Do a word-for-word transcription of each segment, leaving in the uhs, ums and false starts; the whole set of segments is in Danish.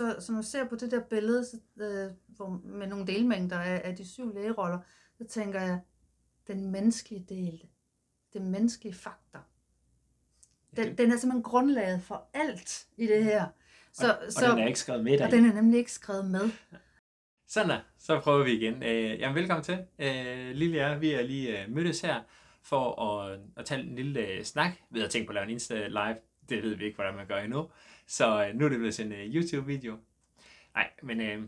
så, så når jeg ser på det der billede så, øh, hvor, med nogle delmængder af, af de syv lægeroller, så tænker jeg, den menneskelige del, det menneskelige faktor, den, den er simpelthen grundlaget for alt i det her. Så, og, så, og den er ikke skrevet med dig. Og den er nemlig ikke skrevet med. Sådan der, så prøver vi igen. Øh, jamen velkommen til. Øh, Lille jer, vi er lige øh, mødtes her for at, at tage en lille øh, snak. Vi havde tænkt på at lave en Insta live, det ved vi ikke, hvordan man gør endnu. Så øh, nu er det blevet en øh, YouTube-video. Nej, men... Øh,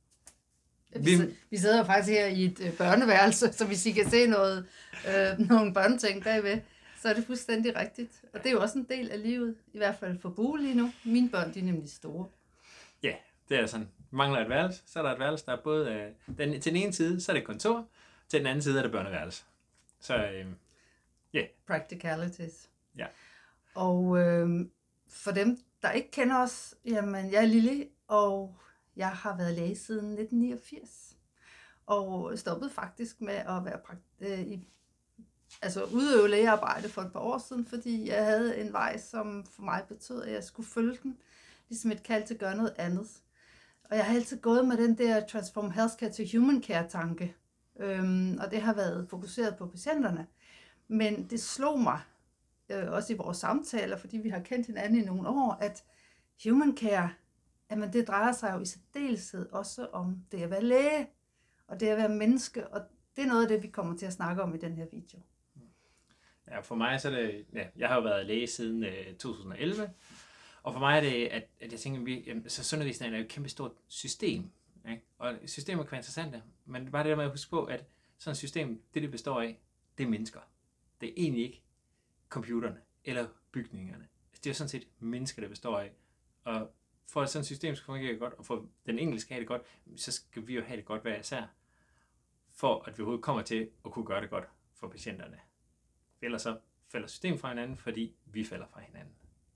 vi, vi sidder jo faktisk her i et øh, børneværelse, så hvis I kan se noget, øh, nogle børneting bagved, så er det fuldstændig rigtigt. Og det er jo også en del af livet, i hvert fald for Bue lige nu. Mine børn, de er nemlig store. Ja, det er sådan. Mangler et værelse, så er der et værelse, der er både... Øh, den, til den ene side, så er det kontor, til den anden side er det børneværelse. Så, ja. Øh, yeah. Practicalities. Ja. Og øh, for dem, der ikke kender os, jamen, jeg er Lille, og jeg har været læge siden nitten niogfirs. Og stoppede faktisk med at være øh, i, altså udøve lægearbejde for et par år siden, fordi jeg havde en vej, som for mig betød, at jeg skulle følge den, ligesom et kald til at gøre noget andet. Og jeg har altid gået med den der Transform Healthcare to Human Care tanke, øhm, og det har været fokuseret på patienterne. Men det slog mig, øh, også i vores samtaler, fordi vi har kendt hinanden i nogle år, at human care, jamen det drejer sig jo i særdeleshed også om det at være læge, og det at være menneske, og det er noget af det, vi kommer til at snakke om i den her video. Ja, for mig så er det, ja, jeg har jo været læge siden øh, to tusind og elleve, og for mig er det, at, at jeg tænker, at jamen, så sundhedsvæsenet er jo et kæmpe stort system, ikke? Og systemer kan være interessante, men det er bare det der med at huske på, at sådan et system, det det består af, det er mennesker. Det er egentlig ikke computerne eller bygningerne. Det er jo sådan set mennesker, der består af. Og for at sådan et system skal fungere godt, og for den enkelte skal have det godt, så skal vi jo have det godt hver især, for at vi overhovedet kommer til at kunne gøre det godt for patienterne. Ellers så falder systemet fra hinanden, fordi vi falder fra hinanden.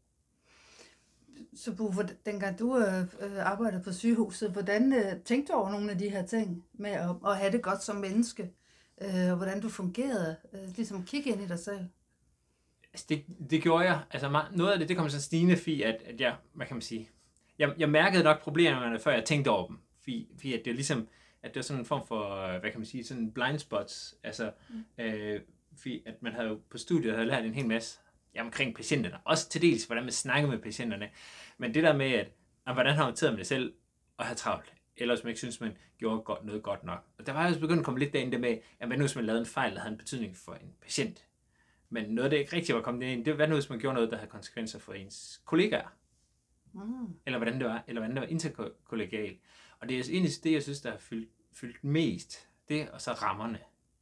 Så Bue, dengang du øh, arbejdede på sygehuset, hvordan øh, tænkte du over nogle af de her ting med at, at have det godt som menneske? Øh, og hvordan du fungerede? Øh, ligesom kigge ind i dig selv? Altså det, det gjorde jeg. Altså noget af det, det kom sådan stigende, fordi at, at jeg, hvad kan man sige, jeg, jeg mærkede nok problemerne, før jeg tænkte over dem. Fordi, fordi at det er ligesom, at det var sådan en form for, hvad kan man sige, sådan blind spots. Altså, mm. øh, fordi at man havde jo på studiet havde lært en hel masse omkring patienterne. Også til dels, hvordan man snakker med patienterne. Men det der med, at, at hvordan har man håndteret med det selv og have travlt. Eller hvis man ikke synes, man gjorde godt, noget godt nok. Og der var jo begyndt at komme lidt derinde det med, at hvad nu hvis man lavede en fejl, der havde en betydning for en patient. Men noget, der ikke rigtig var kommet ind, det var hvad nu hvis man gjorde noget, der havde konsekvenser for ens kollegaer. Mm. Eller hvordan det var, eller hvordan det var interkollegialt. Og det er egentlig det, jeg synes, der har fyldt, fyldt mest. Det og så rammerne.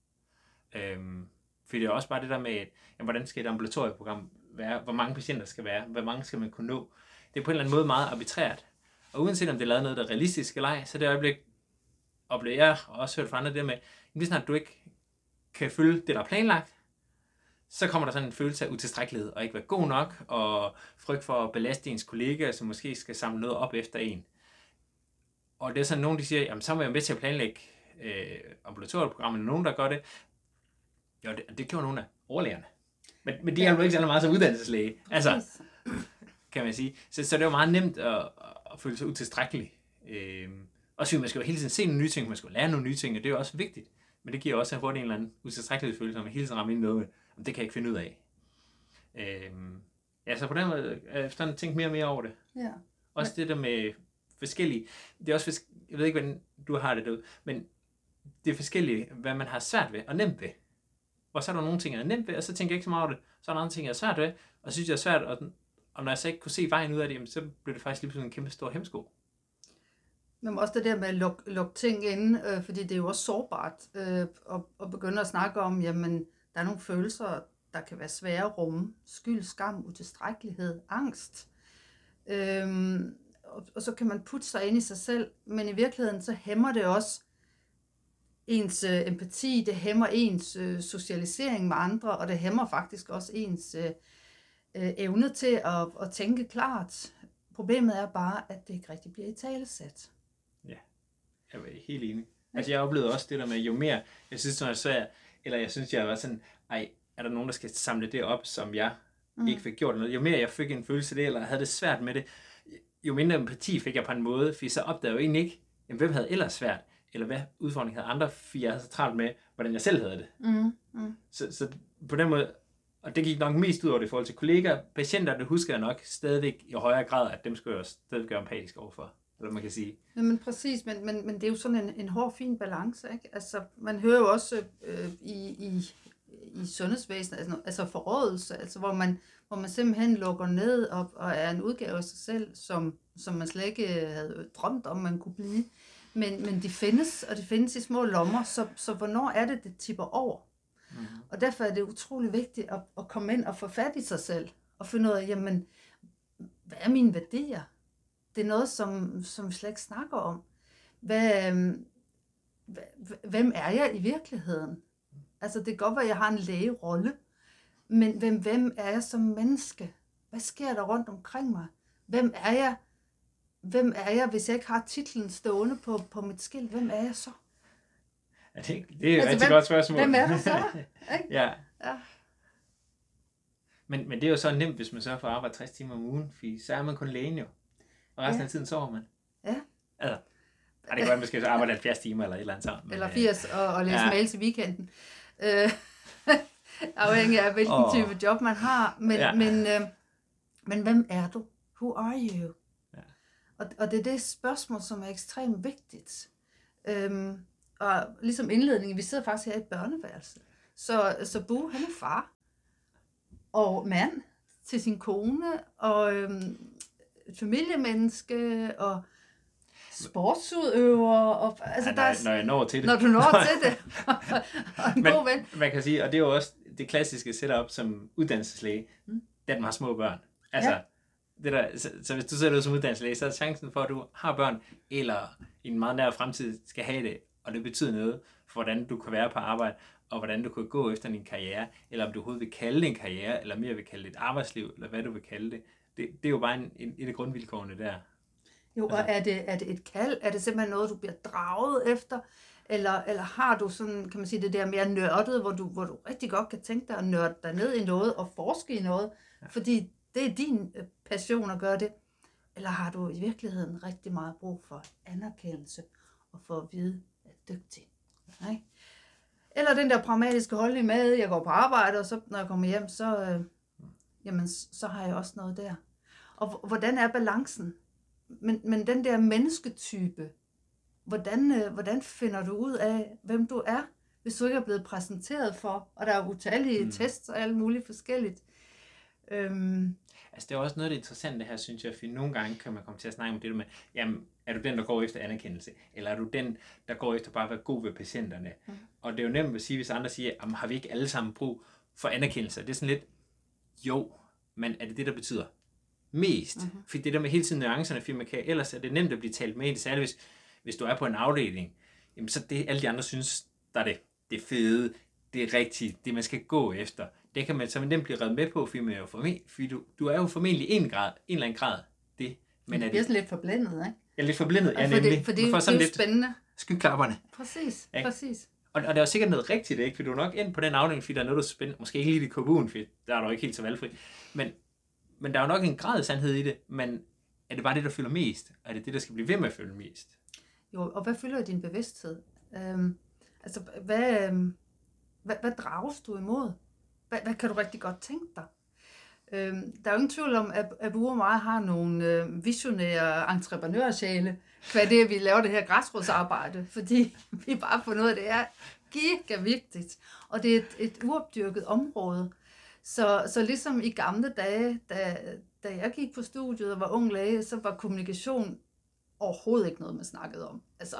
Øhm, for det er også bare det der med, at, jamen, hvordan skal et ambulatorieprogram være? Hvor mange patienter skal være? Hvor mange skal man kunne nå? Det er på en eller anden måde meget arbitrært. Og uanset om det er lavet noget, der er realistisk eller ej, så det øjeblik oplever jeg, og også hørt fra andre det med, lige snart du ikke kan følge det, der er planlagt, så kommer der sådan en følelse af utilstrækkelighed, og ikke være god nok, og frygt for at belaste ens kollegaer, som måske skal samle noget op efter en. Og det er sådan nogen, de siger, jamen så må jeg med til at planlægge øh, ambulatorieprogrammet, eller nogen, der gør det. Jo, det, det gjorde nogle af overlægerne. Men, men de er jo ikke så meget som uddannelseslæge. Altså, kan man sige. Så, så det er jo meget nemt at, at føle sig utilstrækkelig. Øhm, også fordi man skal jo hele tiden se nogle nye ting, man skal lære nogle nye ting, og det er jo også vigtigt. Men det giver også hurtigt en eller anden utilstrækkelig følelse, at man hele tiden rammer ind noget med, det kan jeg ikke finde ud af. Øhm, ja, så på den måde er jeg efterhånden tænkt mere og mere over det. Ja. Også det der med forskellige, det er også, jeg ved ikke, hvordan du har det derude, men det er forskellige, hvad man har svært ved og nemt ved. Og så er der nogle ting, jeg er nemt ved, og så tænker jeg ikke så meget over det. Så er der andre ting, jeg er svært ved, og synes jeg er svært, og, og når jeg så ikke kunne se vejen ud af det, jamen, så blev det faktisk lige pludselig en kæmpe stor hemsko. Men også det der med at lukke, lukke ting inde, øh, fordi det er jo også sårbart øh, at, at begynde at snakke om, jamen, der er nogle følelser, der kan være svære at rumme. Skyld, skam, utilstrækkelighed, angst. Øhm, og, og så kan man putte sig ind i sig selv, men i virkeligheden så hæmmer det også ens øh, empati, det hæmmer ens øh, socialisering med andre, og det hæmmer faktisk også ens øh, øh, evne til at, at tænke klart. Problemet er bare, at det ikke rigtig bliver italesat. Ja, jeg er helt enig. Altså jeg oplevede også det der med, jo mere jeg synes, når jeg så eller jeg synes, jeg var sådan, ej, er der nogen, der skal samle det op, som jeg mm. ikke fik gjort noget. Jo mere jeg fik en følelse af det, eller havde det svært med det, jo mindre empati fik jeg på en måde, fordi så opdagede jeg jo egentlig ikke, jamen, hvem havde ellers svært, eller hvad udfordring havde andre, fordi jeg havde så travlt med, hvordan jeg selv havde det. Mm, mm. Så, så på den måde, og det gik nok mest ud over det i forhold til kollegaer. Patienter, det husker jeg nok stadigvæk i højere grad, at dem skulle jeg stadig gøre empatisk overfor, eller man kan sige. Jamen præcis, men, men, men det er jo sådan en, en hård, fin balance, ikke? Altså, man hører jo også øh, i, i, i sundhedsvæsenet, altså, altså forrådelse, altså hvor man, hvor man simpelthen lukker ned og, og er en udgave af sig selv, som, som man slet ikke havde drømt om, man kunne blive. Men, men de findes, og de findes i små lommer, så, så hvornår er det, det tipper over? Mm-hmm. Og derfor er det utrolig vigtigt at, at komme ind og få fat i sig selv, og finde ud af, jamen, hvad er mine værdier? Det er noget, som, som vi slet ikke snakker om. Hvad, hvem er jeg i virkeligheden? Altså, det kan godt være, at jeg har en lægerolle, men hvem, hvem er jeg som menneske? Hvad sker der rundt omkring mig? Hvem er jeg? Hvem er jeg, hvis jeg ikke har titlen stående på, på mit skilt? Hvem er jeg så? Ja, det, det er et altså, rigtig hvem, godt spørgsmål. Hvem er du så? ja. ja. Men, men det er jo så nemt, hvis man så får arbejde tres timer om ugen, fordi så er man kun lægen jo. Og resten ja. af tiden sover man. Ja. Altså, det kan være, at man skal arbejde halvfjerds timer eller et eller andet sammen. Eller firs og, og læse ja. mails i weekenden. Øh, afhængig af, hvilken oh. type job man har. Men, ja. men, øh, men hvem er du? Who are you? Ja. Og, og det er det spørgsmål, som er ekstremt vigtigt. Øhm, og ligesom indledningen, vi sidder faktisk her i et børneværelse. Så, så Bu, han er far og mand til sin kone, og øhm, et familiemenneske, og sportsudøver. Og, altså, ja, når, der er, når jeg når til det. Når du når til det. og en Men, god ven. Man kan sige, og det er jo også det klassiske setup som uddannelseslæge, mm. da man har små børn. Altså, ja. det der, så, så hvis du sætter ud som uddannelseslæge, så er chancen for, at du har børn, eller i en meget nær fremtid skal have det, og det betyder noget for, hvordan du kan være på arbejde, og hvordan du kan gå efter din karriere, eller om du overhovedet vil kalde det en karriere, eller mere vil kalde det et arbejdsliv, eller hvad du vil kalde det. Det, det er jo bare en, en, et af grundvilkårene der. Jo, og er det, er det et kald? Er det simpelthen noget, du bliver draget efter? Eller, eller har du sådan, kan man sige, det der mere nørdet, hvor du, hvor du rigtig godt kan tænke dig at nørde dig ned i noget og forske i noget, ja. Fordi det er din passion at gøre det? Eller har du i virkeligheden rigtig meget brug for anerkendelse og for at vide, at jeg er dygtig? Nej? Eller den der pragmatiske holdning med, jeg går på arbejde, og så når jeg kommer hjem, så, øh, jamen, så har jeg også noget der. Og hvordan er balancen? Men, men den der mennesketype, hvordan, øh, hvordan finder du ud af, hvem du er, hvis du ikke er blevet præsenteret for, og der er utallige mm. tests og alt muligt forskelligt. Øhm. Altså det er også noget af det interessante her, synes jeg, for nogle gange kan man komme til at snakke om det der med, jamen, er du den, der går efter anerkendelse, eller er du den, der går efter bare at være god ved patienterne? Mm. Og det er jo nemt at sige, hvis andre siger, jamen, har vi ikke alle sammen brug for anerkendelse? Det er sådan lidt, jo, men er det det, der betyder mest? Mm-hmm. For det der med hele tiden nuancerne, for man kan, ellers er det nemt at blive talt med i det, særligt hvis, hvis du er på en afdeling, jamen så det alle de andre synes, der er det, det er fede, det er rigtigt, det man skal gå efter. Det kan man så nemt blive reddet med på, fordi, man er jo formentlig, fordi du, du er jo formentlig en grad, en eller anden grad det. Men er det bliver sådan lidt forblindet, ikke? Ja, lidt forblindet, ja, for nemlig. Det, for det, det er jo spændende. Skyklapperne. Præcis, ja. præcis. Og, og der er jo sikkert noget rigtigt, ikke? For du er nok ind på den afdeling, fordi der er noget, der er spændende. Måske ikke lige i kommunen, for der er du ikke helt så valgfri. Men, men der er jo nok en grad af sandhed i det, men er det bare det, der fylder mest? Er det det, der skal blive ved med at fylde mest? Jo, og hvad fylder din bevidsthed? Øhm, altså, hvad, øhm, hvad, hvad drages du imod? Hvad, hvad kan du rigtig godt tænke dig? Øhm, der er jo ingen tvivl om, at, at Bu og mig har nogle øh, visionære entreprenørsjæle, hvad det er, vi laver det her græsrodsarbejde, fordi vi bare har fundet ud af, at det er giga vigtigt, og det er et, et uopdyrket område. Så, så ligesom i gamle dage, da, da jeg gik på studiet og var ung læge, så var kommunikation overhovedet ikke noget, man snakkede om. Altså,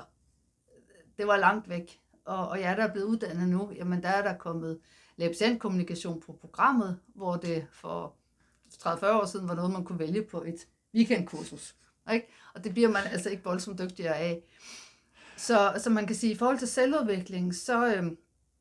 det var langt væk. Og, og jeg der er blevet uddannet nu, jamen der er der kommet læge-patient-kommunikation på programmet, hvor det for tredive til fyrre år siden var noget, man kunne vælge på et weekendkursus. Ikke? Og det bliver man altså ikke voldsomt dygtigere af. Så, så man kan sige, i forhold til selvudvikling, så øh,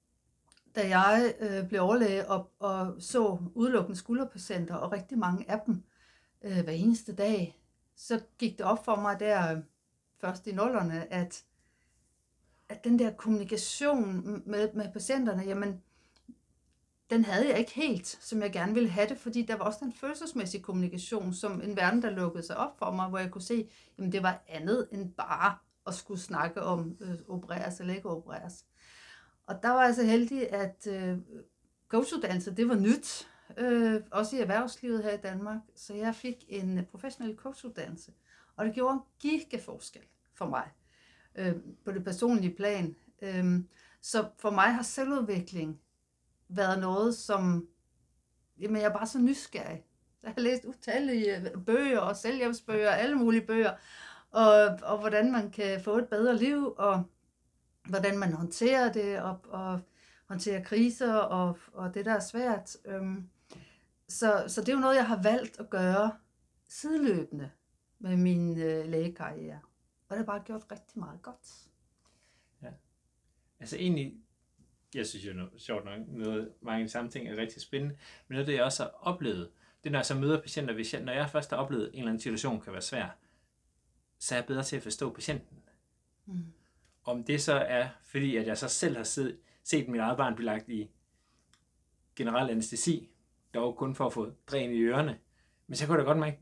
da jeg øh, blev overlæge og, og så udelukkende skulderpatienter, og rigtig mange af dem øh, hver eneste dag, så gik det op for mig der øh, først i nullerne, at, at den der kommunikation med, med patienterne, jamen, den havde jeg ikke helt, som jeg gerne ville have det, fordi der var også den følelsesmæssige kommunikation, som en verden, der lukkede sig op for mig, hvor jeg kunne se, jamen det var andet end bare at skulle snakke om øh, opereres eller ikke opereres. Og der var jeg så heldig, at øh, coachuddannelse, det var nyt, øh, også i erhvervslivet her i Danmark, så jeg fik en øh, professionel coachuddannelse, og det gjorde en gigaforskel for mig øh, på det personlige plan. Øh, så for mig har selvudvikling været noget, som, jamen jeg er bare så nysgerrig. Jeg har læst utallige bøger og selvhjælpsbøger, alle mulige bøger, og, og hvordan man kan få et bedre liv, og hvordan man håndterer det, og, og håndterer kriser, og, og det der er svært. Øhm, så, så det er jo noget, jeg har valgt at gøre sideløbende med min øh, lægekarriere. Og det har bare gjort rigtig meget godt. Ja. Altså egentlig, jeg synes jo noget, sjovt nok, noget, mange af de samme ting er rigtig spændende, men noget det jeg også har oplevet, det er når jeg så møder patienter, hvis jeg, når jeg først har oplevet en eller anden situation kan være svær, så er jeg bedre til at forstå patienten. Mm. Om det så er, fordi at jeg så selv har set, set mit eget barn blive lagt i generel anæstesi, dog kun for at få dræn i ørerne, men så kunne jeg da godt mærke,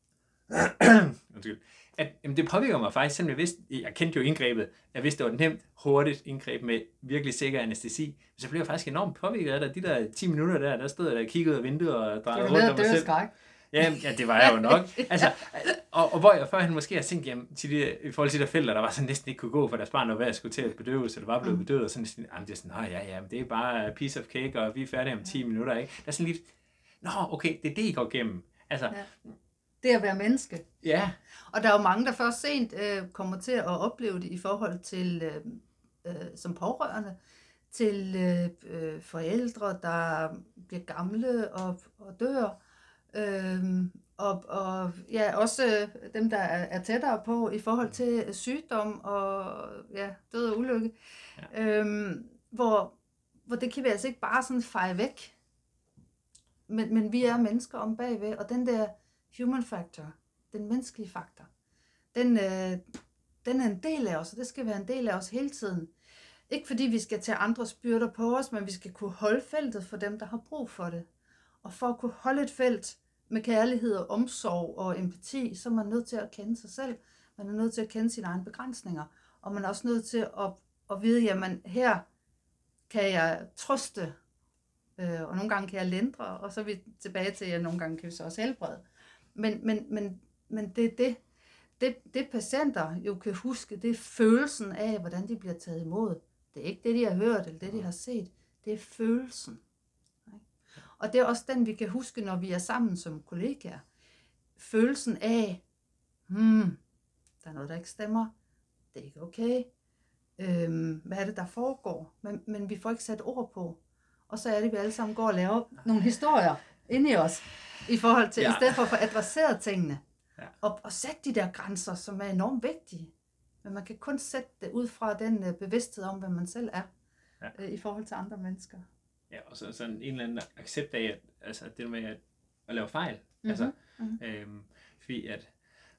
at jamen, det påvirker mig faktisk, selvom jeg vidste, jeg kendte jo indgrebet, jeg vidste, det var et nemt, hurtigt indgreb med virkelig sikker anæstesi, men så blev jeg faktisk enormt påvirket af det. De der ti minutter der, der stod jeg der og kiggede ud af vinduet og drejede rundt om mig selv. Ja, ja, det var jeg jo nok. Altså, og, og hvor jeg førhen måske har tænkt, jamen, til de, i forhold til de der forældre, der var sådan næsten ikke kunne gå, for deres barn var ved at skulle til at bedøves, eller var blevet bedøvet, og sådan, jamen, det er sådan, ja, ja, men det er bare piece of cake, og vi er færdige om ti minutter, ikke? Der er sådan lidt, nå, okay, det er det, I går igennem. Altså, ja. Det at være menneske. Ja. Og der er jo mange, der først sent øh, kommer til at opleve det i forhold til, øh, øh, som pårørende, til øh, forældre, der bliver gamle og, og dør. Øhm, og, og ja, også dem, der er, er tættere på i forhold til sygdom og ja, død og ulykke. Ja. Øhm, hvor, hvor det kan vi altså ikke bare sådan feje væk. Men, men vi er mennesker om bagved, og den der human factor, den menneskelige faktor, den, øh, den er en del af os, og det skal være en del af os hele tiden. Ikke fordi vi skal tage andres byrder på os, men vi skal kunne holde feltet for dem, der har brug for det. Og for at kunne holde et felt med kærlighed og omsorg og empati, så er man nødt til at kende sig selv. Man er nødt til at kende sine egne begrænsninger. Og man er også nødt til at, at vide, jamen her kan jeg trøste, øh, og nogle gange kan jeg lindre, og så er vi tilbage til, at nogle gange kan vi så også helbrede. Men, men, men, men det er det, det, det patienter jo kan huske, det er følelsen af, hvordan de bliver taget imod. Det er ikke det, de har hørt, eller det, de har set. Det er følelsen. Og det er også den, vi kan huske, når vi er sammen som kollegaer. Følelsen af, hmm, der er noget, der ikke stemmer. Det er ikke okay. Øhm, hvad er det, der foregår? Men, men vi får ikke sat ord på. Og så er det, at vi alle sammen går og laver nogle historier inde i os, i forhold til, ja. I stedet for at få adresseret tingene. Ja. Og, og sætte de der grænser, som er enormt vigtige. Men man kan kun sætte det ud fra den uh, bevidsthed om, hvad man selv er, ja. uh, i forhold til andre mennesker. Ja, og så sådan en eller anden accept af, at, altså det med at, at lave fejl. Mm-hmm. Altså, mm-hmm. øhm, fordi at,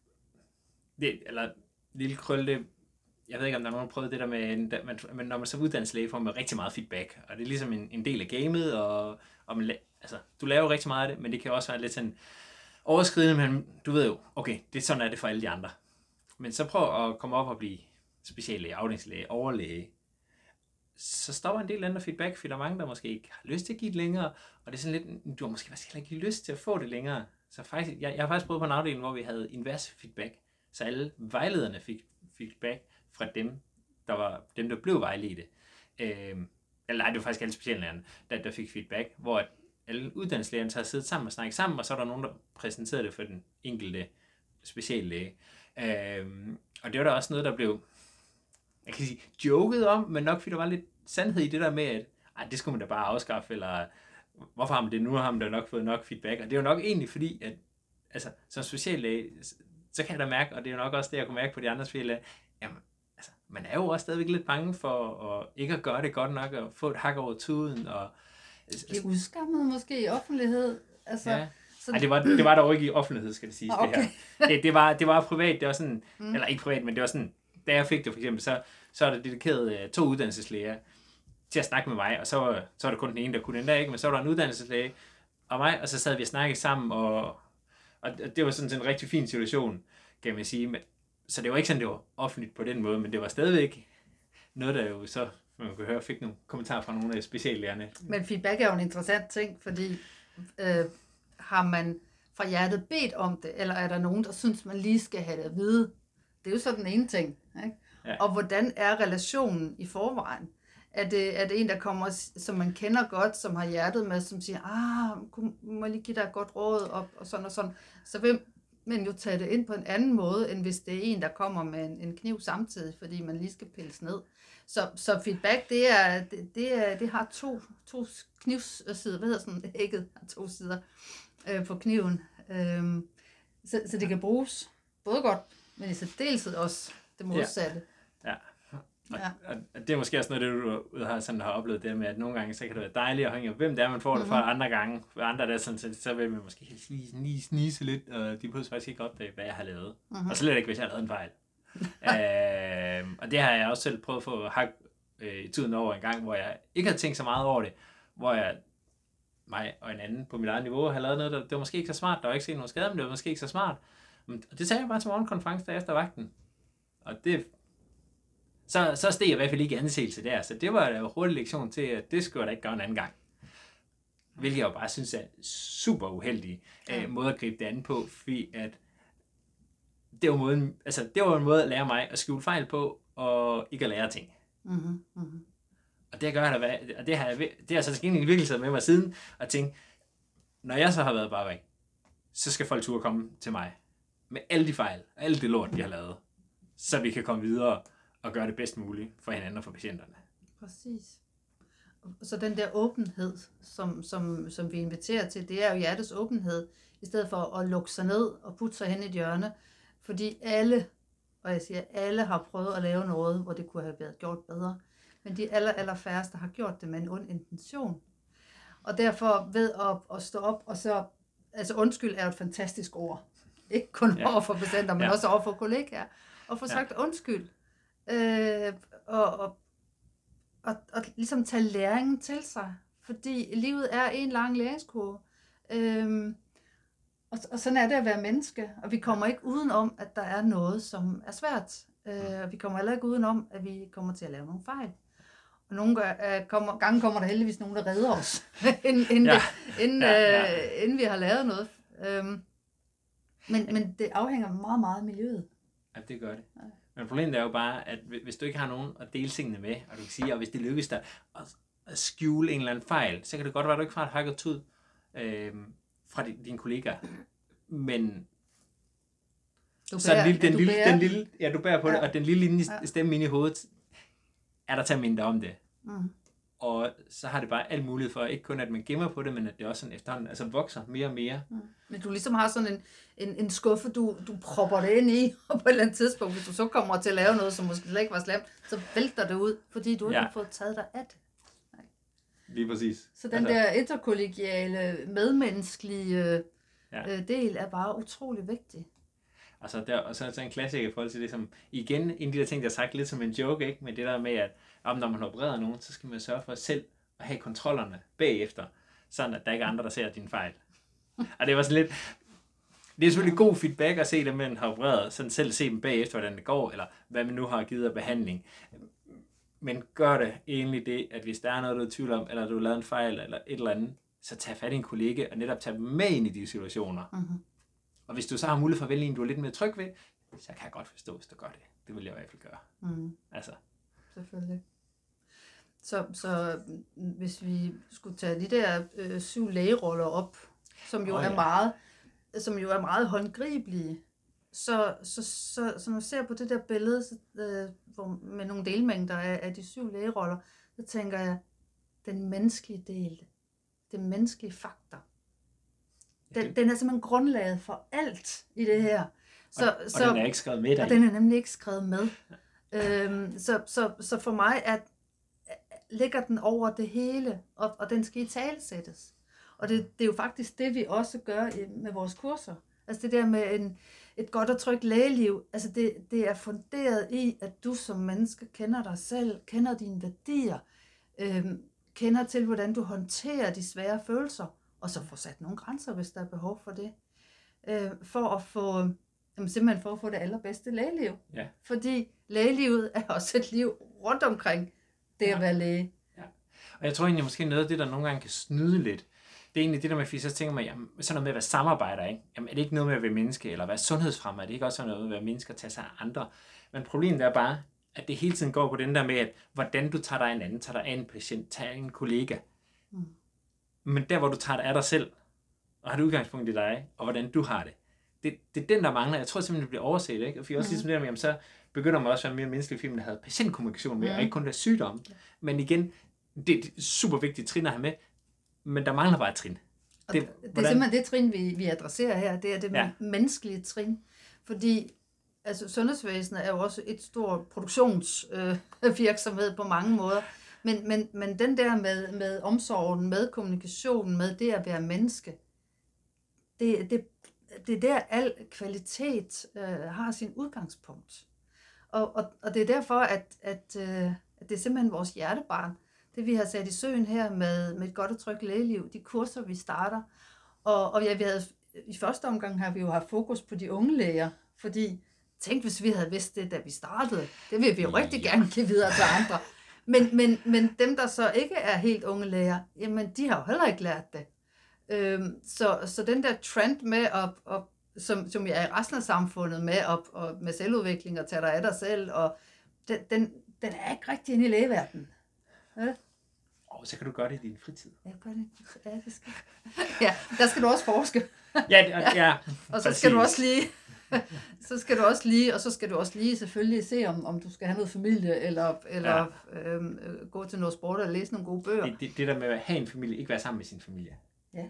det, eller lille krølle, det, jeg ved ikke, om der er nogen, der prøvet det der med, man, men når man så uddannelseslæge, får man rigtig meget feedback, og det er ligesom en, en del af gamet, og, og man, altså, du laver rigtig meget af det, men det kan også være lidt sådan overskridende, men du ved jo, okay, det sådan er det for alle de andre. Men så prøv at komme op og blive speciallæge, afdelingslæge, overlæge, så stopper en del andre feedback, fordi der er mange, der måske ikke har lyst til at give det længere, og det er sådan lidt, du har måske faktisk heller ikke lyst til at få det længere. Så faktisk, jeg, jeg har faktisk prøvet på en afdeling, hvor vi havde invers feedback, så alle vejlederne fik feedback fra dem, der var dem, der blev vejledte. Øhm, eller nej, det var faktisk alle speciallægerne, der, der fik feedback, hvor alle uddannelseslægerne har siddet sammen og snakket sammen, og så er der nogen, der præsenterede det for den enkelte speciallæge. Øhm, og det var der også noget, der blev, jeg kan sige, joket om, men nok fordi der var lidt sandhed i det der med, at ej, det skulle man da bare afskaffe, eller hvorfor har man det nu, har man da nok fået nok feedback. Og det er jo nok egentlig fordi, at altså, som speciallæge, så kan jeg da mærke, og det er jo nok også det, jeg kunne mærke på de andre speciallæger, jamen, altså, man er jo også stadigvæk lidt bange for at ikke at gøre det godt nok, og få et hak over tuden. Og, det er udskammet måske i offentlighed. Altså, ja. Så... Ej, det var, det var der jo ikke i offentlighed, skal det siges, okay. Det her. Det, det, var, det var privat, det var sådan, mm. eller ikke privat, men det var sådan, da jeg fik det for eksempel, så, så er der dedikeret uh, to uddannelseslæger til at snakke med mig, og så var, så var der kun den ene, der kunne den der, ikke? Men så var der en uddannelseslæge og mig, og så sad vi og snakkede sammen, og, og det var sådan en rigtig fin situation, kan man sige. Men, så det var ikke sådan, det var offentligt på den måde, men det var stadigvæk noget, der jo så, man kunne høre, fik nogle kommentarer fra nogle af speciallægerne. Men feedback er jo en interessant ting, fordi øh, har man fra hjertet bedt om det, eller er der nogen, der synes, man lige skal have det at vide? Det er jo så den ene ting. Ikke? Ja. Og hvordan er relationen i forvejen? Er det, er det en, der kommer, som man kender godt, som har hjertet med, som siger, ah, må jeg lige give dig et godt råd, og, og sådan og sådan. Så vil man jo tage det ind på en anden måde, end hvis det er en, der kommer med en, en kniv samtidig, fordi man lige skal pilles ned. Så, så feedback, det, er, det, det, er, det har to, to knivssider, hvad hedder sådan, ægget har to sider øh, på kniven. Øhm, så, så det kan bruges både godt, men i særdeleshed også det modsatte. Ja. Ja. Og, ja. Og det er måske også noget, det du har, sådan, har oplevet det med, at nogle gange så kan det være dejligt at hænge, hvem det er, man får det fra, mm-hmm. andre gange. For andre der sådan, så, så vil man måske helt lige, lige snise lidt, og de behøver faktisk ikke opdage, hvad jeg har lavet. Mm-hmm. Og slet ikke, hvis jeg har lavet en fejl. øh, og det har jeg også selv prøvet at få hak øh, i tiden over en gang, hvor jeg ikke havde tænkt så meget over det, hvor jeg, mig og en anden på mit eget niveau, har lavet noget, der det var måske ikke så smart, der var ikke set nogen skade, men det var måske ikke så smart. Og det sagde jeg bare til morgenkonference der efter vagten. Og det Så, så steg jeg i hvert fald ikke anseelse der, så det var en hurtig lektion til, at det skulle jeg da ikke gøre en anden gang. Hvilket jeg jo bare synes er super uheldig ja. uh, måde at gribe det an på, fordi at det var, måden, altså, det var en måde at lære mig at skjule fejl på, og ikke at lære ting. Mm-hmm. Mm-hmm. Og det gør jeg da, og det har jeg, det har så til gengæld virkelig siddet med mig siden, og tænkt, når jeg så har været bare væk, så skal folk turde komme til mig, med alle de fejl, og alle det lort, de har lavet, så vi kan komme videre, og gøre det bedst muligt for hinanden og for patienterne. Præcis. Så den der åbenhed, som, som, som vi inviterer til, det er jo hjertets åbenhed, i stedet for at lukke sig ned og putte sig hen i et hjørne. Fordi alle, og jeg siger, alle har prøvet at lave noget, hvor det kunne have været gjort bedre. Men de aller, aller færreste har gjort det med en ond intention. Og derfor ved at, at stå op, og så, altså undskyld er jo et fantastisk ord. Ikke kun ja. over for patienter, men ja. også over for kollegaer. Og få sagt ja. undskyld. Øh, og, og, og, og ligesom tage læringen til sig, fordi livet er en lang læringskurve, øh, og, og sådan er det at være menneske, og vi kommer ikke udenom, at der er noget, som er svært, øh, og vi kommer heller ikke udenom, at vi kommer til at lave nogle fejl, og nogle gør, øh, kommer, gange kommer der heldigvis nogen, der redder os, inden, inden, ja. det, inden, ja, ja. Øh, inden vi har lavet noget, øh, men, men det afhænger meget, meget af miljøet. Ja, det gør det. Ja. Men problemet er jo bare, at hvis du ikke har nogen at dele tingene med, og du kan sige, og hvis det lykkes dig at skjule en eller anden fejl, så kan det godt være, at du ikke får et hakket tud øh, fra din, dine kollegaer. Men du så bærer, den lille, den ja, lille, bærer. den lille, ja, du bærer på ja. det, og den lille inde, ja. stemme inde i hovedet, er der til at minde dig om det. Mm. Og så har det bare alt mulighed for, ikke kun at man gemmer på det, men at det også sådan efterhånden altså vokser mere og mere. Mm. Men du ligesom har sådan en, en, en skuffe, du, du propper det ind i, og på et eller andet tidspunkt, hvis du så kommer til at lave noget, som måske slet ikke var slemt, så vælter det ud, fordi du ja. ikke har fået taget dig af det. Nej. Lige præcis. Så den altså. der interkollegiale, medmenneskelige ja. øh, del er bare utrolig vigtig. Altså der, og så er der en klassiker i forhold til det, som igen, en af de der ting, der er sagt lidt som en joke, ikke? Men det der med, at om når man opererer nogen, så skal man sørge for selv at have kontrollerne bagefter, sådan at der ikke er andre, der ser dine fejl. Og det var sådan lidt, det er selvfølgelig god feedback at se dem, man har opereret, sådan selv se dem bagefter, hvordan det går, eller hvad man nu har givet af behandling. Men gør det egentlig det, at hvis der er noget, du er i tvivl om, eller du har lavet en fejl, eller et eller andet, så tag fat i en kollega, og netop tag dem med ind i de situationer. Mm-hmm. Og hvis du så har mulighed for at vælge en, du er lidt mere tryg ved, så kan jeg godt forstå, hvis du gør det. Det vil jeg i hvert fald gøre. Mm. Altså. Selvfølgelig. Så, så hvis vi skulle tage de der øh, syv lægeroller op, som jo, oh, ja. er meget, som jo er meget håndgribelige, så, så, så, så når jeg ser på det der billede så, øh, hvor, med nogle delmængder af, af de syv lægeroller, så tænker jeg, den menneskelige del, den menneskelige faktor, den, den er simpelthen grundlaget for alt i det her. Så, og, så, og den er ikke skrevet med dig. Og den er nemlig ikke skrevet med. øhm, så, så, så for mig at, ligger den over det hele, og, og den skal i talesættes. Og det, det er jo faktisk det, vi også gør med vores kurser. Altså det der med en, et godt og trygt lægeliv, altså det, det er funderet i, at du som menneske kender dig selv, kender dine værdier, øhm, kender til, hvordan du håndterer de svære følelser, og så får sat nogle grænser, hvis der er behov for det, øh, for at få, jamen simpelthen for at få det allerbedste lægeliv. Ja. Fordi lægelivet er også et liv rundt omkring det Ja. at være læge. Ja. Og jeg tror egentlig måske noget af det, der nogle gange kan snyde lidt, det er egentlig det der med, fordi så tænker man, jamen, sådan noget med at være samarbejder, ikke? Jamen, er det ikke noget med at være menneske, eller være sundhedsfremme, er det ikke også sådan noget med at være menneske og tage sig af andre? Men problemet er bare, at det hele tiden går på den der med, at hvordan du tager dig af en anden, tager dig af en patient, tager en kollega. Mm. Men der, hvor du tager dig af dig selv, og har det udgangspunkt i dig, og hvordan du har det, det, det er den, der mangler. Jeg tror simpelthen, det bliver overset, ikke? Og for også mm. ligesom det der med, jamen, så begynder man også at være mere menneskelig film, der havde patientkommunikation med, mm. og ikke kun der sygdom. Men igen, det er et super vigtigt trin at have med, men der mangler bare et trin. Det, det er hvordan... simpelthen det trin, vi, vi adresserer her, det er det ja. menneskelige trin. Fordi altså, sundhedsvæsenet er jo også et stort produktionsvirksomhed øh, på mange måder. Men, men, men den der med, med omsorgen, med kommunikationen, med det at være menneske, det, det, det er der al kvalitet øh, har sin udgangspunkt. Og, og, og det er derfor, at, at, øh, at det er simpelthen vores hjertebarn, det vi har sat i søen her med, med et godt og trygt lægeliv, de kurser, vi starter. Og, og ja, vi havde, i første omgang har vi jo haft fokus på de unge læger, fordi tænk, hvis vi havde vidst det, da vi startede. Det vil vi jo rigtig gerne give videre til andre. Men, men, men dem, der så ikke er helt unge læger, jamen de har jo heller ikke lært det. Øhm, så, så den der trend med, at, at, som, som jeg er i resten af samfundet med, at, og med selvudvikling og tage dig af dig selv, og den, den, den er ikke rigtig inde i lægeverdenen. Ja. Og så kan du gøre det i din fritid. Ja, gør det. Ja, det skal. Ja, der skal du også forske. Ja, ja, ja. Og så skal du også lige, så skal du også lige, og så skal du også lige selvfølgelig se, om, om du skal have noget familie, eller, eller ja. øhm, gå til noget sport, eller læse nogle gode bøger. Det, det, det der med at have en familie, ikke være sammen med sin familie. Ja.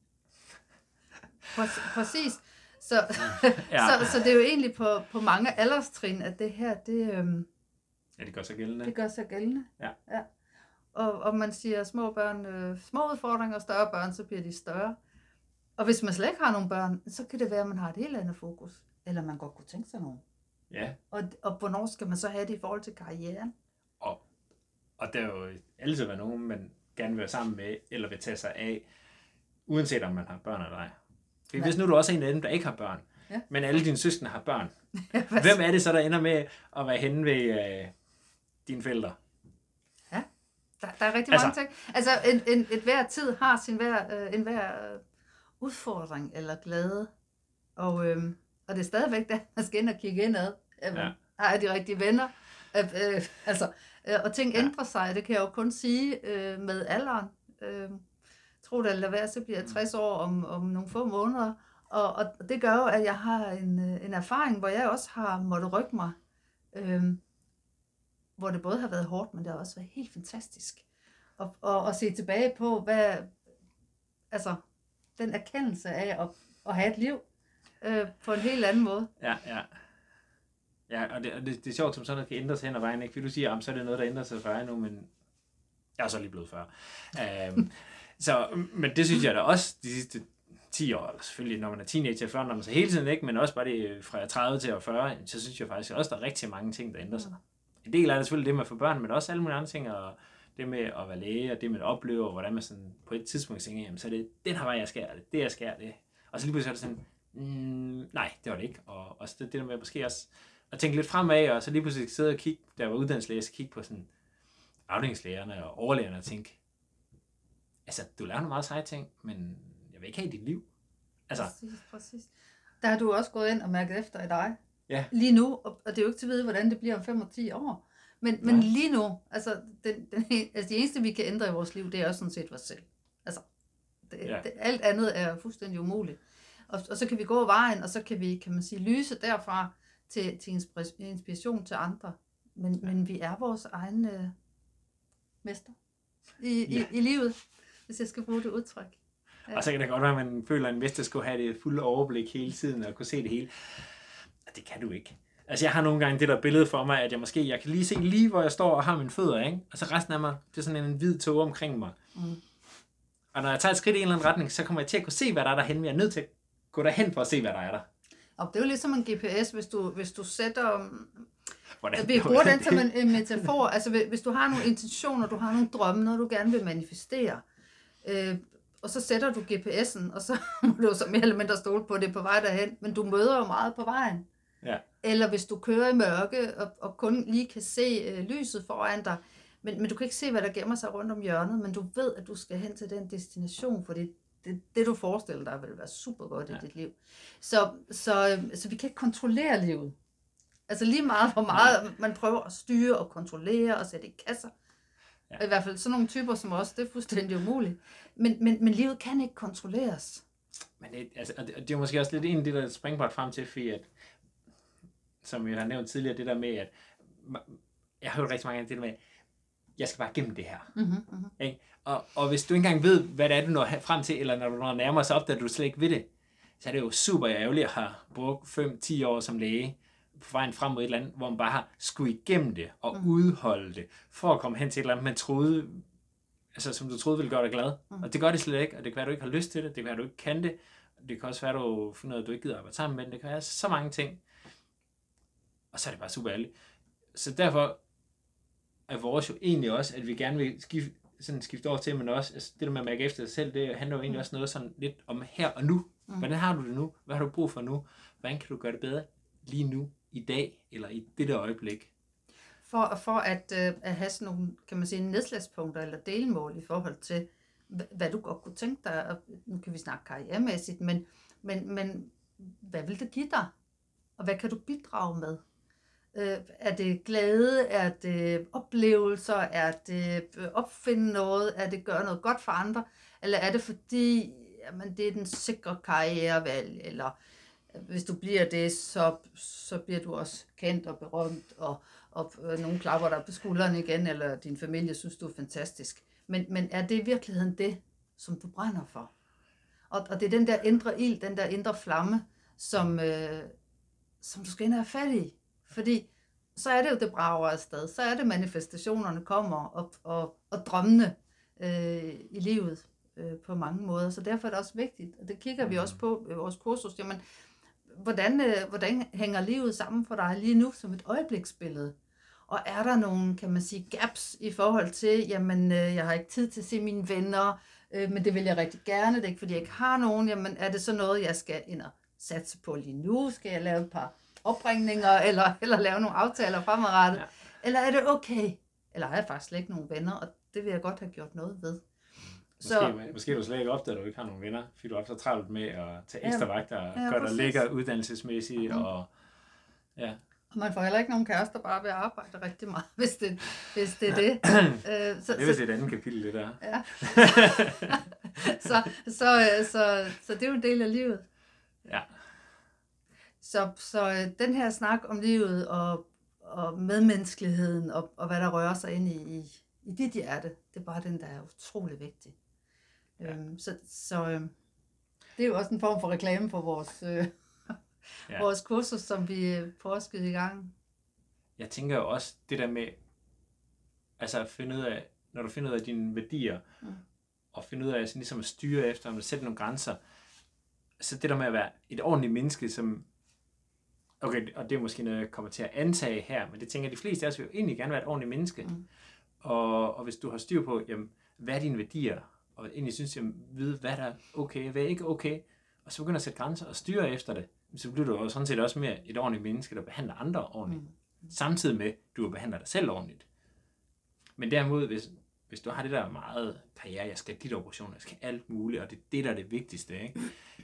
Præcis. Så, ja. så, så det er jo egentlig på, på mange alderstrin, at det her, det, øhm, ja, det gør sig gældende. Det gør sig gældende. Ja. Ja. Og, og man siger små børn, øh, små udfordringer, større børn, så bliver de større. Og hvis man slet ikke har nogen børn, så kan det være, at man har et helt andet fokus. Eller man godt kunne tænke sig nogen. Ja. Og, og hvornår skal man så have det i forhold til karrieren? Og, og der er jo altid været nogen, man gerne vil være sammen med, eller vil tage sig af, uanset om man har børn eller ej. For hvis nu du også er en af dem, der ikke har børn, ja. Men alle dine søskende har børn, hvem er det så, der ender med at være henne ved øh, dine forældre? Ja, der, der er rigtig altså, mange ting. Altså, en, en, et hver tid har sin hver, øh, en hver øh, udfordring eller glæde. Og, øh, og det er stadigvæk der, man skal ind og kigge indad. Øh, ja. Har jeg de rigtige venner? Øh, øh, altså, øh, og ting ja. ændrer sig, det kan jeg jo kun sige øh, med alderen. Øh, tro det eller være, så bliver jeg tres år om, om nogle få måneder. Og, og det gør jo, at jeg har en, en erfaring, hvor jeg også har måttet rykke mig. Øh, hvor det både har været hårdt, men det har også været helt fantastisk. Og, og, og se tilbage på, hvad, altså, den erkendelse af at, at have et liv øh, på en helt anden måde. Ja, ja. Ja, og det, og det, det er sjovt, som sådan noget kan ændre sig hen ad vejen, ikke? Fordi du siger, så er det noget, der ændrer sig for jer nu, men jeg er så lige blevet fyrre. um, så, men det synes jeg da også, de sidste ti år, eller selvfølgelig, når man er teenager, før, når man så hele tiden ikke, men også bare det fra tredive til fyrre, så synes jeg faktisk også, der er rigtig mange ting, der ændrer sig. En del af det selvfølgelig det med at få børn, men også alle mulige andre ting, og det med at være læge, og det med at opleve, og hvordan man sådan på et tidspunkt tænker, jamen så er det den her vej, jeg skærer det, det jeg skærer det. Og så lige pludselig er det sådan, mm, nej, det var det ikke. Og også det, det der med måske også at tænke lidt fremad, og så lige pludselig sidde og kigge, da jeg var uddannelseslæge, så kigge på sådan afdelingslægerne og overlægerne og tænke, altså du lærer nogle meget seje ting, men jeg vil ikke have i dit liv. Altså. Præcis, præcis. Der har du også gået ind og mærket efter i dig. Ja. Lige nu, og det er jo ikke til at vide, hvordan det bliver om fem og ti år. Men, men lige nu, altså, den, den, altså det eneste, vi kan ændre i vores liv, det er også sådan set os selv. Altså, det, ja. det, alt andet er fuldstændig umuligt. Og, og så kan vi gå vejen, og så kan vi, kan man sige, lyse derfra til, til inspiration til andre. Men, ja. men vi er vores egen øh, mester i, ja. i, i livet, hvis jeg skal bruge det udtryk. Ja. Og så kan det godt være, at man føler, at en mester skulle have det fulde overblik hele tiden, og kunne se det hele. Og det kan du ikke. Altså jeg har nogle gange det der billede for mig, at jeg måske, jeg kan lige se lige, hvor jeg står og har mine fødder, ikke? Og så resten af mig, det er sådan en hvid tåge omkring mig. Mm. Og når jeg tager et skridt i en eller anden retning, så kommer jeg til at kunne se, hvad der er derhen. Jeg er nødt til at gå derhen for at se, hvad der er der. Og det er jo ligesom en G P S, hvis du, hvis du sætter, Hvordan, Vi bruger hvordan den som en, en metafor. Altså hvis- hvis du har nogle intentioner, du har nogle drømme, noget du gerne vil manifestere, øh, og så sætter du G P S'en, og så må du jo så mere eller mindre stole på det på vej derhen, men du møder jo meget på vejen. Ja. Eller hvis du kører i mørke, og, og kun lige kan se øh, lyset foran dig, men, men du kan ikke se, hvad der gemmer sig rundt om hjørnet, men du ved, at du skal hen til den destination, fordi det, det du forestiller dig, vil være super godt Ja. i dit liv. Så, så, øh, så vi kan ikke kontrollere livet. Altså lige meget, hvor meget man prøver at styre og kontrollere og sætte i kasser. Ja. Ja. I hvert fald sådan nogle typer som os, det er fuldstændig umuligt. Men, men, men livet kan ikke kontrolleres. Men det, altså, og det, og det er måske også lidt en af det, der springbræt frem til, fordi at, som jeg har nævnt tidligere, det der med, at jeg har hørt rigtig mange af det der med, jeg skal bare gennem det her. Mm-hmm, mm-hmm. Ikke? Og, og hvis du ikke engang ved, hvad det er, du når frem til, eller når du når nærmer sig op, da du slet ikke ved det, så er det jo super ærgerligt at have brugt fem til ti år som læge på vejen frem mod et eller andet, hvor man bare har skulle igennem det og mm. udholde det, for at komme hen til et eller andet, man troede, altså som du troede ville gøre dig glad. Mm. Og det gør det slet ikke, og det kan være, at du ikke har lyst til det, det kan være, at du ikke kan det, det kan også være, at du finder ud af, at du ikke gider arbejde sammen med det, det kan være så mange ting. Og så er det bare super ærgerligt. Så derfor er vores jo egentlig også, at vi gerne vil skifte, sådan skifte over til, men også altså det der med at mærke efter sig selv, det handler jo egentlig også noget sådan lidt om her og nu. Mm. Hvordan har du det nu? Hvad har du brug for nu? Hvordan kan du gøre det bedre lige nu, i dag, eller i dette øjeblik? For, for at, øh, at have sådan nogle, kan man sige, nedslagspunkter eller delmål i forhold til, hvad du godt kunne tænke dig, og nu kan vi snakke karrieremæssigt, men, men, men hvad vil det give dig? Og hvad kan du bidrage med? Øh, er det glæde? Er det oplevelser? Er det opfinde noget? Er det gøre noget godt for andre? Eller er det fordi, jamen, det er den sikre karrierevalg? Eller hvis du bliver det, så, så bliver du også kendt og berømt, og, og øh, nogen klapper dig på skulderen igen, eller din familie synes, du er fantastisk. Men, men er det i virkeligheden det, som du brænder for? Og, og det er den der indre ild, den der indre flamme, som, øh, som du skal ind og have fat i. Fordi så er det jo, det brager afsted. Så er det, manifestationerne kommer, og, og, og drømmene øh, i livet øh, på mange måder. Så derfor er det også vigtigt, og det kigger vi også på i vores kursus. Jamen, hvordan, øh, hvordan hænger livet sammen for dig lige nu som et øjebliksbillede? Og er der nogle, kan man sige, gaps i forhold til, jamen, øh, jeg har ikke tid til at se mine venner, øh, men det vil jeg rigtig gerne. Det er ikke, fordi jeg ikke har nogen. Jamen, er det så noget, jeg skal ind og satse på lige nu? Skal jeg lave et par opringninger, eller, eller lave nogle aftaler fremadrettet? Ja. Eller er det okay? Eller har jeg faktisk slet ikke nogen venner, og det vil jeg godt have gjort noget ved. Måske, så, måske er du slet ikke opdaget, at du ikke har nogen venner, fordi du er så travlt med at tage ekstra ja, vagter, og ja, gøre dig lækker uddannelsesmæssigt, mm. og ja. Og man får heller ikke nogen kærester bare ved at arbejde rigtig meget, hvis det, hvis det er det. øh, så, det er vist et andet kapitel, det der. Ja. så, så, så, så, så det er jo en del af livet. Ja. Så, så den her snak om livet og, og medmenneskeligheden og, og hvad der rører sig ind i, i, i dit hjerte, det er bare den, der er utrolig vigtig. Ja. Øhm, så så øhm, det er jo også en form for reklame for vores, øh, ja. vores kursus, som vi får skyde i gang. Jeg tænker jo også det der med, altså at finde ud af, når du finder ud af dine værdier, mm. og finde ud af sådan ligesom at styre efter, om du sætter nogle grænser, så det der med at være et ordentligt menneske, som okay, og det er måske noget, jeg kommer til at antage her, men det tænker jeg, de fleste af os vil jo egentlig gerne være et ordentligt menneske. Mm. Og, og hvis du har styr på, jamen, hvad er dine værdier, og egentlig synes, jeg ved, hvad der er okay, hvad er ikke okay, og så begynder at sætte grænser og styre efter det, så bliver du jo sådan set også mere et ordentligt menneske, der behandler andre ordentligt. Mm. Samtidig med, at du behandler dig selv ordentligt. Men derimod, hvis, hvis du har det der meget karriere, jeg skal dit operation, jeg skal alt muligt, og det er det, der er det vigtigste, ikke?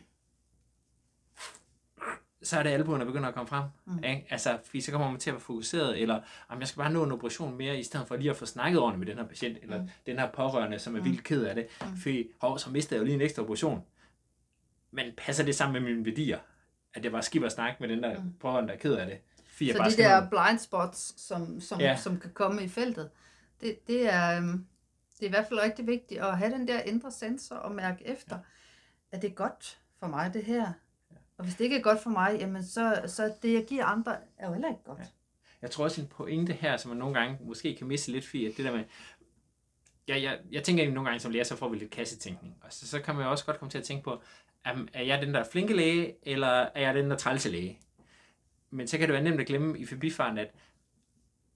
Så er det albuerne, der begynder at komme frem. Mm. Ikke? Altså, fordi så kommer man til at være fokuseret, eller om jeg skal bare nå en operation mere, i stedet for lige at få snakket ordentligt med den her patient, eller mm. den her pårørende, som er mm. vildt ked af det. Mm. Fordi, hov, så mister jeg jo lige en ekstra operation. Men passer det sammen med mine værdier? At jeg bare skipper at snakke med den der mm. pårørende, der er ked af det? Så de bare der blind spots, som, som, ja. som kan komme i feltet, det, det, er, det er i hvert fald rigtig vigtigt at have den der indre sensor og mærke efter, ja. at det er godt for mig, det her. Og hvis det ikke er godt for mig, jamen så, så det, jeg giver andre, er jo heller ikke godt. Ja. Jeg tror også en pointe her, som man nogle gange måske kan miste lidt, fordi at det der med, jeg, jeg, jeg tænker egentlig nogle gange som lærer, så får vi lidt kassetænkning. Og så, så kan man jo også godt komme til at tænke på, er jeg den der flinke læge, eller er jeg den der trælse læge? Men så kan det være nemt at glemme i forbifarten, at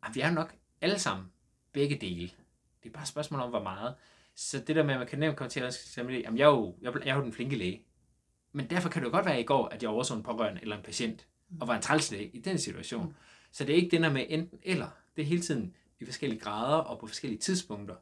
vi er jo nok alle sammen begge dele. Det er bare et spørgsmål om, hvor meget. Så det der med, at man kan nemt komme til at sige, at jeg er jo, jeg er jo den flinke læge. Men derfor kan det jo godt være i går, at jeg overså en pårørende eller en patient, og var en trælslæge i den situation. Mm. Så det er ikke det der med enten eller. Det er hele tiden i forskellige grader og på forskellige tidspunkter.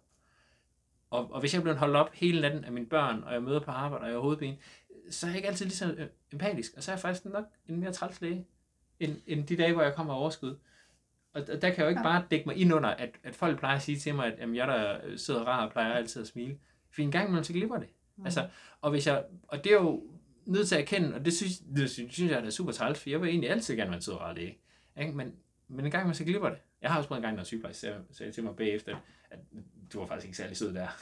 Og, og hvis jeg bliver holdt op hele natten af mine børn, og jeg møder på arbejde, og jeg har hovedpine, så er jeg ikke altid lige så empatisk. Og så er jeg faktisk nok en mere træls læge, end, end de dage, hvor jeg kommer af overskud. Og, og der kan jeg jo ikke ja. bare dække mig ind under, at, at folk plejer at sige til mig, at jamen, jeg der sidder rar og plejer altid at smile. For en gang imellem, så glipper det. Mm. Altså, og, hvis jeg, og det er jo nødt til at erkende, og det synes, det synes jeg er super træls, for jeg vil egentlig altid gerne være en sød rar læge. Men, men en gang imellem, så glipper det. Jeg har også prøvet en gang, når sygeplejerske sagde til mig bagefter, at du var faktisk ikke særlig sød der.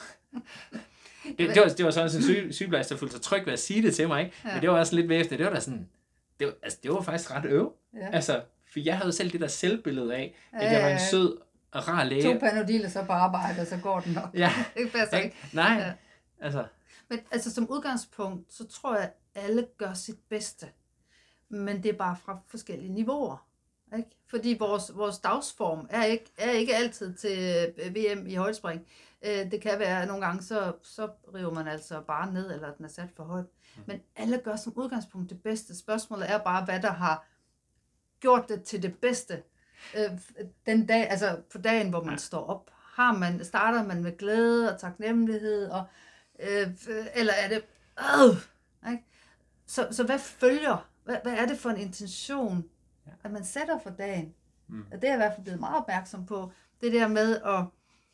det, det, var, det var sådan en syge, sygeplejerske, der følte sig tryg ved at sige det til mig, ikke? Ja. Men det var også lidt bagefter. Det var da sådan, det var, altså, det var faktisk ret øv. Ja. Altså, for jeg havde selv det der selvbillede af, at jeg var en sød og rar læge. To Panodiler så på arbejde, og så går den nok. Ja. Det passer ikke. Nej, ja. altså. Men altså som udgangspunkt, så tror jeg, at alle gør sit bedste. Men det er bare fra forskellige niveauer. Ikke? Fordi vores, vores dagsform er ikke, er ikke altid til V M i højdespring. Det kan være, at nogle gange, så, så river man altså bare ned, eller den er sat for højt. Men alle gør som udgangspunkt det bedste. Spørgsmålet er bare, hvad der har gjort det til det bedste. Den dag, altså på dagen, hvor man står op, har man, starter man med glæde og taknemmelighed, og, øh, eller er det, øh, ikke? Så, så hvad følger? Hvad, hvad er det for en intention, at man sætter for dagen? Mm. Og det er jeg i hvert fald blevet meget opmærksom på. Det der med at,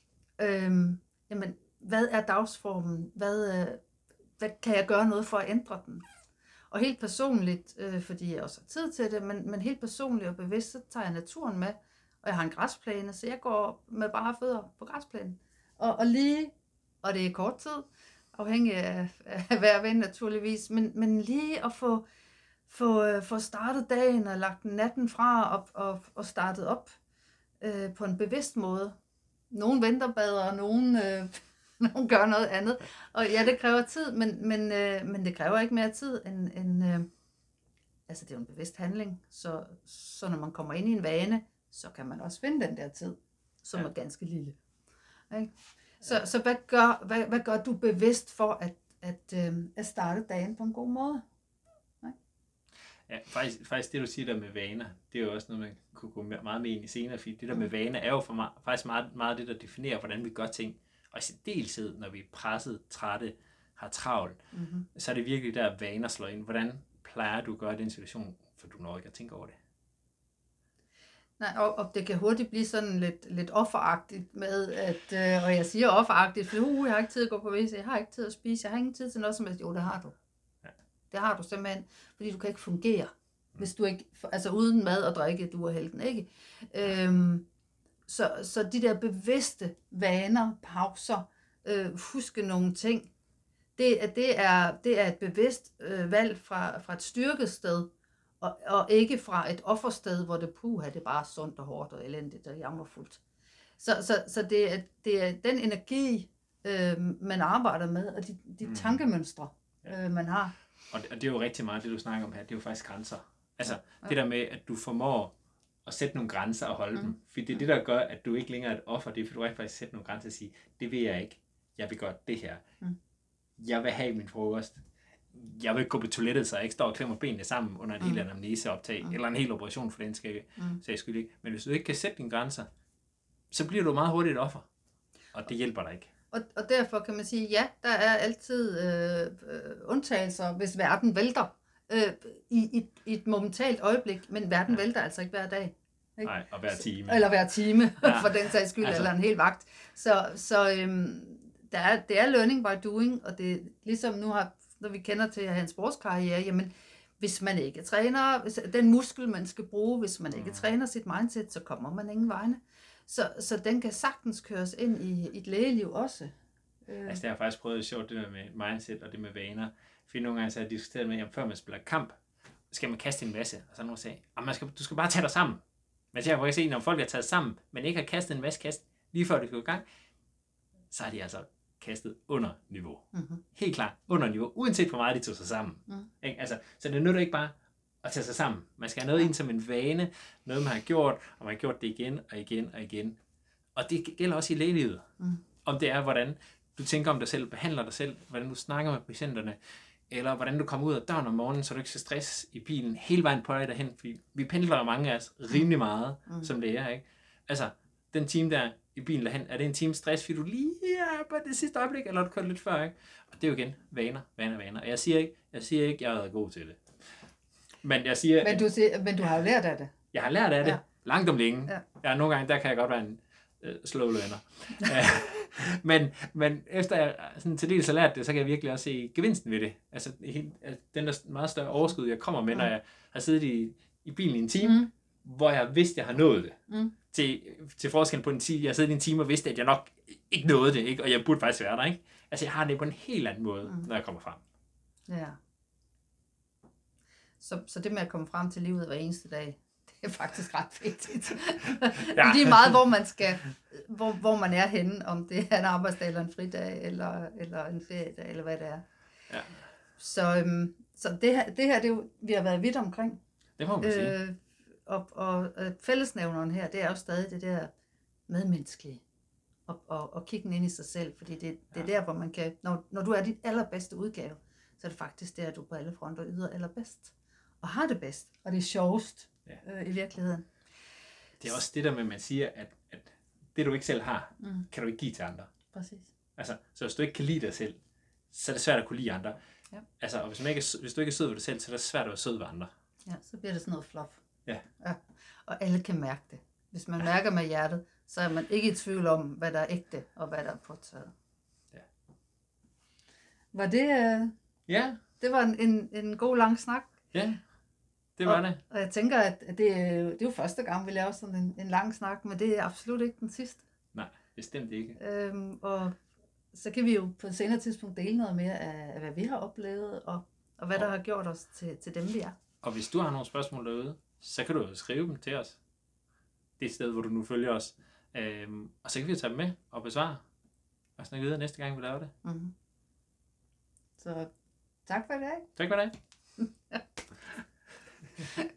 øh, jamen, hvad er dagsformen? Hvad, øh, hvad kan jeg gøre noget for at ændre den? Og helt personligt, øh, fordi jeg også har tid til det, men, men helt personligt og bevidst, så tager jeg naturen med, og jeg har en græsplæne, så jeg går med bare fødder på græsplænen. Og, og lige, og det er kort tid, afhængig af, af hver vind naturligvis, men, men lige at få, få, få startet dagen og lagt natten fra og, og, og startet op øh, på en bevidst måde. Nogle vinterbader, og nogle... Øh, Nogen gør noget andet. Og ja, det kræver tid, men, men, øh, men det kræver ikke mere tid end... end øh, altså, det er jo en bevidst handling. Så, så når man kommer ind i en vane, så kan man også finde den der tid, som ja. er ganske lille. Okay? Så, ja. så hvad, gør, hvad, hvad gør du bevidst for at, at, øh, at starte dagen på en god måde? Okay? Ja, faktisk, faktisk det, du siger der med vaner, det er jo også noget, man kunne gå meget med ind i senere, fordi det der med vaner er jo for mig, faktisk meget, meget det, der definerer, hvordan vi gør ting. Og i særdeleshed, når vi er presset, trætte, har travlt, mm-hmm. så er det virkelig der, vaner slår ind. Hvordan plejer du at gøre i den situation, for du når ikke at tænke over det? Nej, og, og det kan hurtigt blive sådan lidt, lidt offeragtigt med, at, øh, og jeg siger offeragtigt, for uh, jeg har ikke tid at gå på W C, jeg har ikke tid at spise, jeg har ingen tid til noget som helst. Jo, det har du. Ja. Det har du simpelthen, fordi du kan ikke fungere, mm. hvis du ikke, altså uden mad og drikke, du er helten, ikke? Øhm, Så, så de der bevidste vaner, pauser, øh, huske nogle ting, det, det, er, det er et bevidst øh, valg fra, fra et styrket sted, og, og ikke fra et offersted, hvor det puha, det er bare sundt og hårdt og elendigt og jammerfuldt. Så, så, så det, er, det er den energi, øh, man arbejder med, og de, de tankemønstre, øh, man har. Og det, og det er jo rigtig meget, det du snakker om her, det er jo faktisk grænser. Altså ja, ja. Det der med, at du formår og sætte nogle grænser og holde mm. dem. For det er det, der gør, at du ikke længere er et offer. Det er, for du rent faktisk sætter nogle grænser og sige, det vil jeg ikke. Jeg vil godt det her. Mm. Jeg vil have min frokost. Jeg vil gå på toilettet, så jeg ikke står og klemmer benene sammen under en mm. helt anamneseoptag, mm. eller en hel operation for den skal mm. jeg skyld ikke. Men hvis du ikke kan sætte dine grænser, så bliver du meget hurtigt et offer. Og det hjælper dig ikke. Og, og derfor kan man sige, ja, der er altid øh, øh, undtagelser, hvis verden vælter. Øh, i, i, i et momentalt øjeblik, men verden ja. vælter altså ikke hver dag. Ikke? Nej, og hver time. Eller hver time, ja. for den sags skyld, altså. Eller en hel vagt. Så, så øhm, der er, det er learning by doing, og det er ligesom nu har, når vi kender til hans sportskarriere, jamen, hvis man ikke træner, hvis, den muskel, man skal bruge, hvis man ikke mm. træner sit mindset, så kommer man ingen vegne. Så, så den kan sagtens køres ind i, i et lægeliv også. Øh. Altså, det har jeg faktisk prøvet det sjovt, det der med mindset og det med vaner. For nogle gange så har jeg diskuteret med, at før man spiller kamp, skal man kaste en masse. Og så nogen sagde, at man skal, du skal bare tage dig sammen. Men så har jeg se, når folk er taget sammen, men ikke har kastet en masse kast, lige før det går i gang, så har de altså kastet under niveau. Mm-hmm. Helt klart, under niveau, uanset hvor meget de tog sig sammen. Mm. Ikke? Altså, så det nytter ikke bare at tage sig sammen. Man skal have noget ind som en vane, noget man har gjort, og man har gjort det igen og igen og igen. Og det gælder også i lægelivet. Mm. Om det er, hvordan du tænker om dig selv, behandler dig selv, hvordan du snakker med patienterne, eller hvordan du kommer ud af døren om morgenen, så du ikke skal stress i bilen hele vejen på dig derhen. Fordi vi pendler mange af os rimelig meget mm. som læger, ikke? Altså, den time der i bilen derhen, er det en time stress, fordi du lige er på det sidste øjeblik, eller har du kørt lidt før, ikke? Og det er jo igen vaner, vaner, vaner. Og jeg siger ikke, jeg siger ikke, jeg har været god til det. Men jeg siger... Men du, siger, men du har jo lært af det. Jeg har lært af det. Ja. Langt om længe. Ja. Ja, nogle gange, der kan jeg godt være en uh, slow learner. men, men efter jeg sådan til dels har lært det, så kan jeg virkelig også se gevinsten ved det. Altså den der meget større overskud, jeg kommer med, når jeg har siddet i, i bilen i en time, mm. hvor jeg vidste, at jeg har nået det. Mm. Til, til forskel på en time, jeg har siddet i en time og vidste, at jeg nok ikke nåede det, ikke? Og jeg burde faktisk være der, ikke? Altså jeg har det på en helt anden måde, mm. når jeg kommer frem. Ja. Så, så det med at komme frem til livet hver eneste dag, det er faktisk ret vigtigt. Ja. Lige meget, hvor man skal, hvor, hvor man er henne, om det er en arbejdsdag, eller en fridag, eller, eller en feriedag, eller hvad det er. Ja. Så, øhm, så det her, det her, det er jo, vi har været vidt omkring. Det må man sige. Øh, og, og fællesnævneren her, det er jo stadig det der medmenneskelige. Og, og, og kigge ind i sig selv, fordi det, det er ja. der, hvor man kan, når, når du er dit allerbedste udgave, så er det faktisk der, du på alle fronter yder allerbedst. Og har det bedst, og det er sjovest ja. øh, i virkeligheden. Det er også det der med, at man siger, at, at det du ikke selv har, mm. kan du ikke give til andre. Præcis. Altså, så hvis du ikke kan lide dig selv, så er det svært at kunne lide andre. Ja. Altså, og hvis, man ikke er, hvis du ikke er sød ved dig selv, så er det svært at være sød ved andre. Ja, så bliver det sådan noget fluff. Ja. ja. Og alle kan mærke det. Hvis man mærker med hjertet, så er man ikke i tvivl om, hvad der er ægte, og hvad der er påtaget. Ja. Var det... Øh... Ja. Det var en, en, en god lang snak. Ja, det var og, det. Og jeg tænker, at det er, det er jo første gang, vi laver sådan en, en lang snak, men det er absolut ikke den sidste. Nej, bestemt ikke. Øhm, og så kan vi jo på et senere tidspunkt dele noget mere af, af hvad vi har oplevet, og, og hvad og, der har gjort os til, til dem, vi er. Og hvis du har nogle spørgsmål derude, så kan du skrive dem til os. Det sted, hvor du nu følger os. Øhm, og så kan vi tage dem med og besvare. Og snakke videre næste gang, vi laver det. Mm-hmm. Så tak for i dag. Tak for i dag.